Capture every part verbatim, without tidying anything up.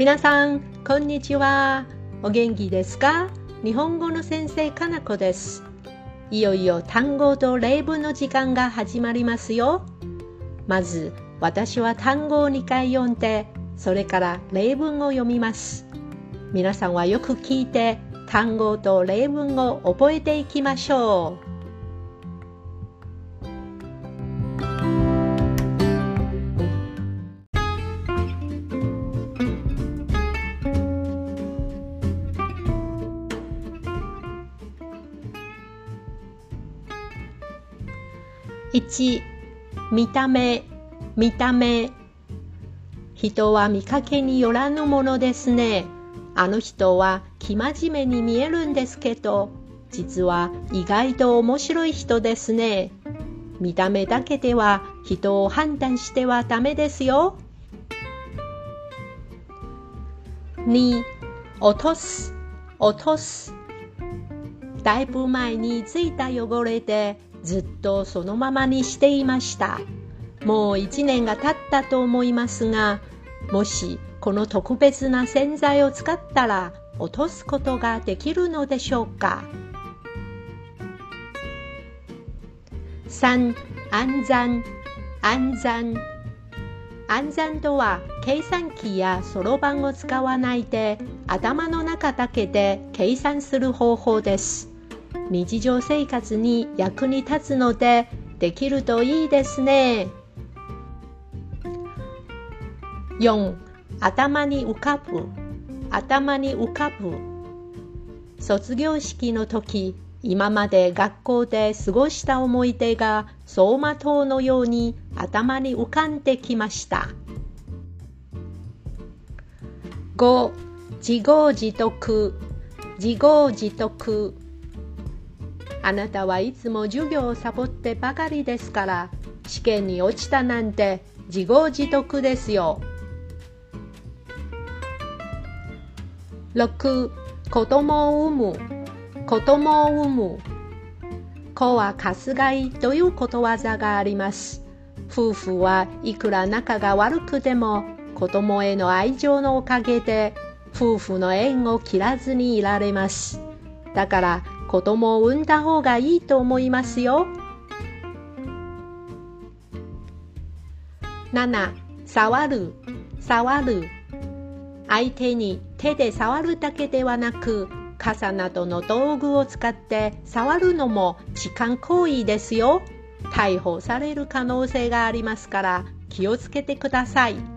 皆さん、こんにちは。お元気ですか？日本語の先生、かなこです。いよいよ単語と例文の時間が始まりますよ。まず、私は単語をにかい読んで、それから例文を読みます。皆さんはよく聞いて、単語と例文を覚えていきましょう。いち、見た目、見た目。人は見かけによらぬものですね。あの人は生真面目に見えるんですけど、実は意外と面白い人ですね。見た目だけでは人を判断してはダメですよ。に、落とす、落とす。だいぶ前についた汚れで、ずっとそのままにしていました。もう一年が経ったと思いますが、もしこの特別な洗剤を使ったら落とすことができるのでしょうか？さん、暗算、暗算。暗算とは計算機やそろばんを使わないで頭の中だけで計算する方法です。日常生活に役に立つので、できるといいですね。よん、頭に浮かぶ、頭に浮かぶ。卒業式の時、今まで学校で過ごした思い出が走馬灯のように頭に浮かんできました。ご、自業自得、自業自得。あなたはいつも授業をサボってばかりですから、試験に落ちたなんて自業自得ですよ。ろく、子供を産む、子供を産む。子はかすがいということわざがあります。夫婦はいくら仲が悪くても、子供への愛情のおかげで、夫婦の縁を切らずにいられます。だから、子供を産んだ方がいいと思いますよ。なな、触る、触る。相手に手で触るだけではなく、傘などの道具を使って触るのも痴漢行為ですよ。逮捕される可能性がありますから気をつけてください。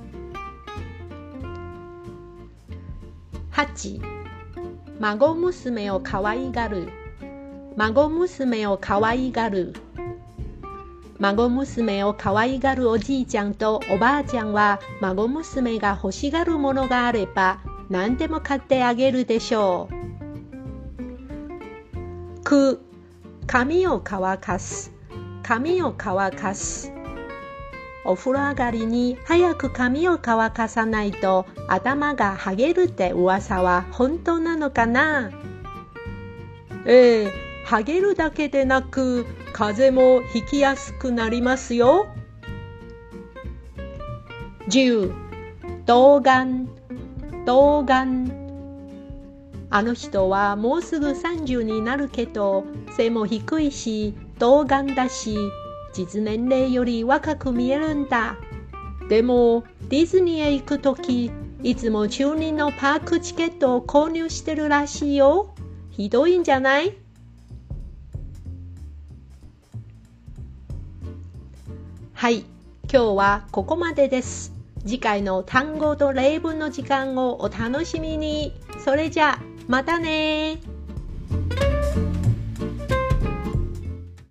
はち、孫娘を可愛がる、孫娘を可愛がる。孫娘を可愛がるおじいちゃんとおばあちゃんは、孫娘が欲しがるものがあれば何でも買ってあげるでしょう。く、髪を乾かす、髪を乾かす。お風呂上がりに早く髪を乾かさないと頭がはげるって噂は本当なのかな？ええ、はげるだけでなく風邪もひきやすくなりますよ。じゅう、童顔、童顔。あの人はもうすぐさんじゅうになるけど、背も低いし童顔だし、実年齢より若く見えるんだ。でもディズニーへ行くとき、いつも中任のパークチケットを購入してるらしいよ。ひどいんじゃない？はい、今日はここまでです。次回の単語と例文の時間をお楽しみに。それじゃ、またね。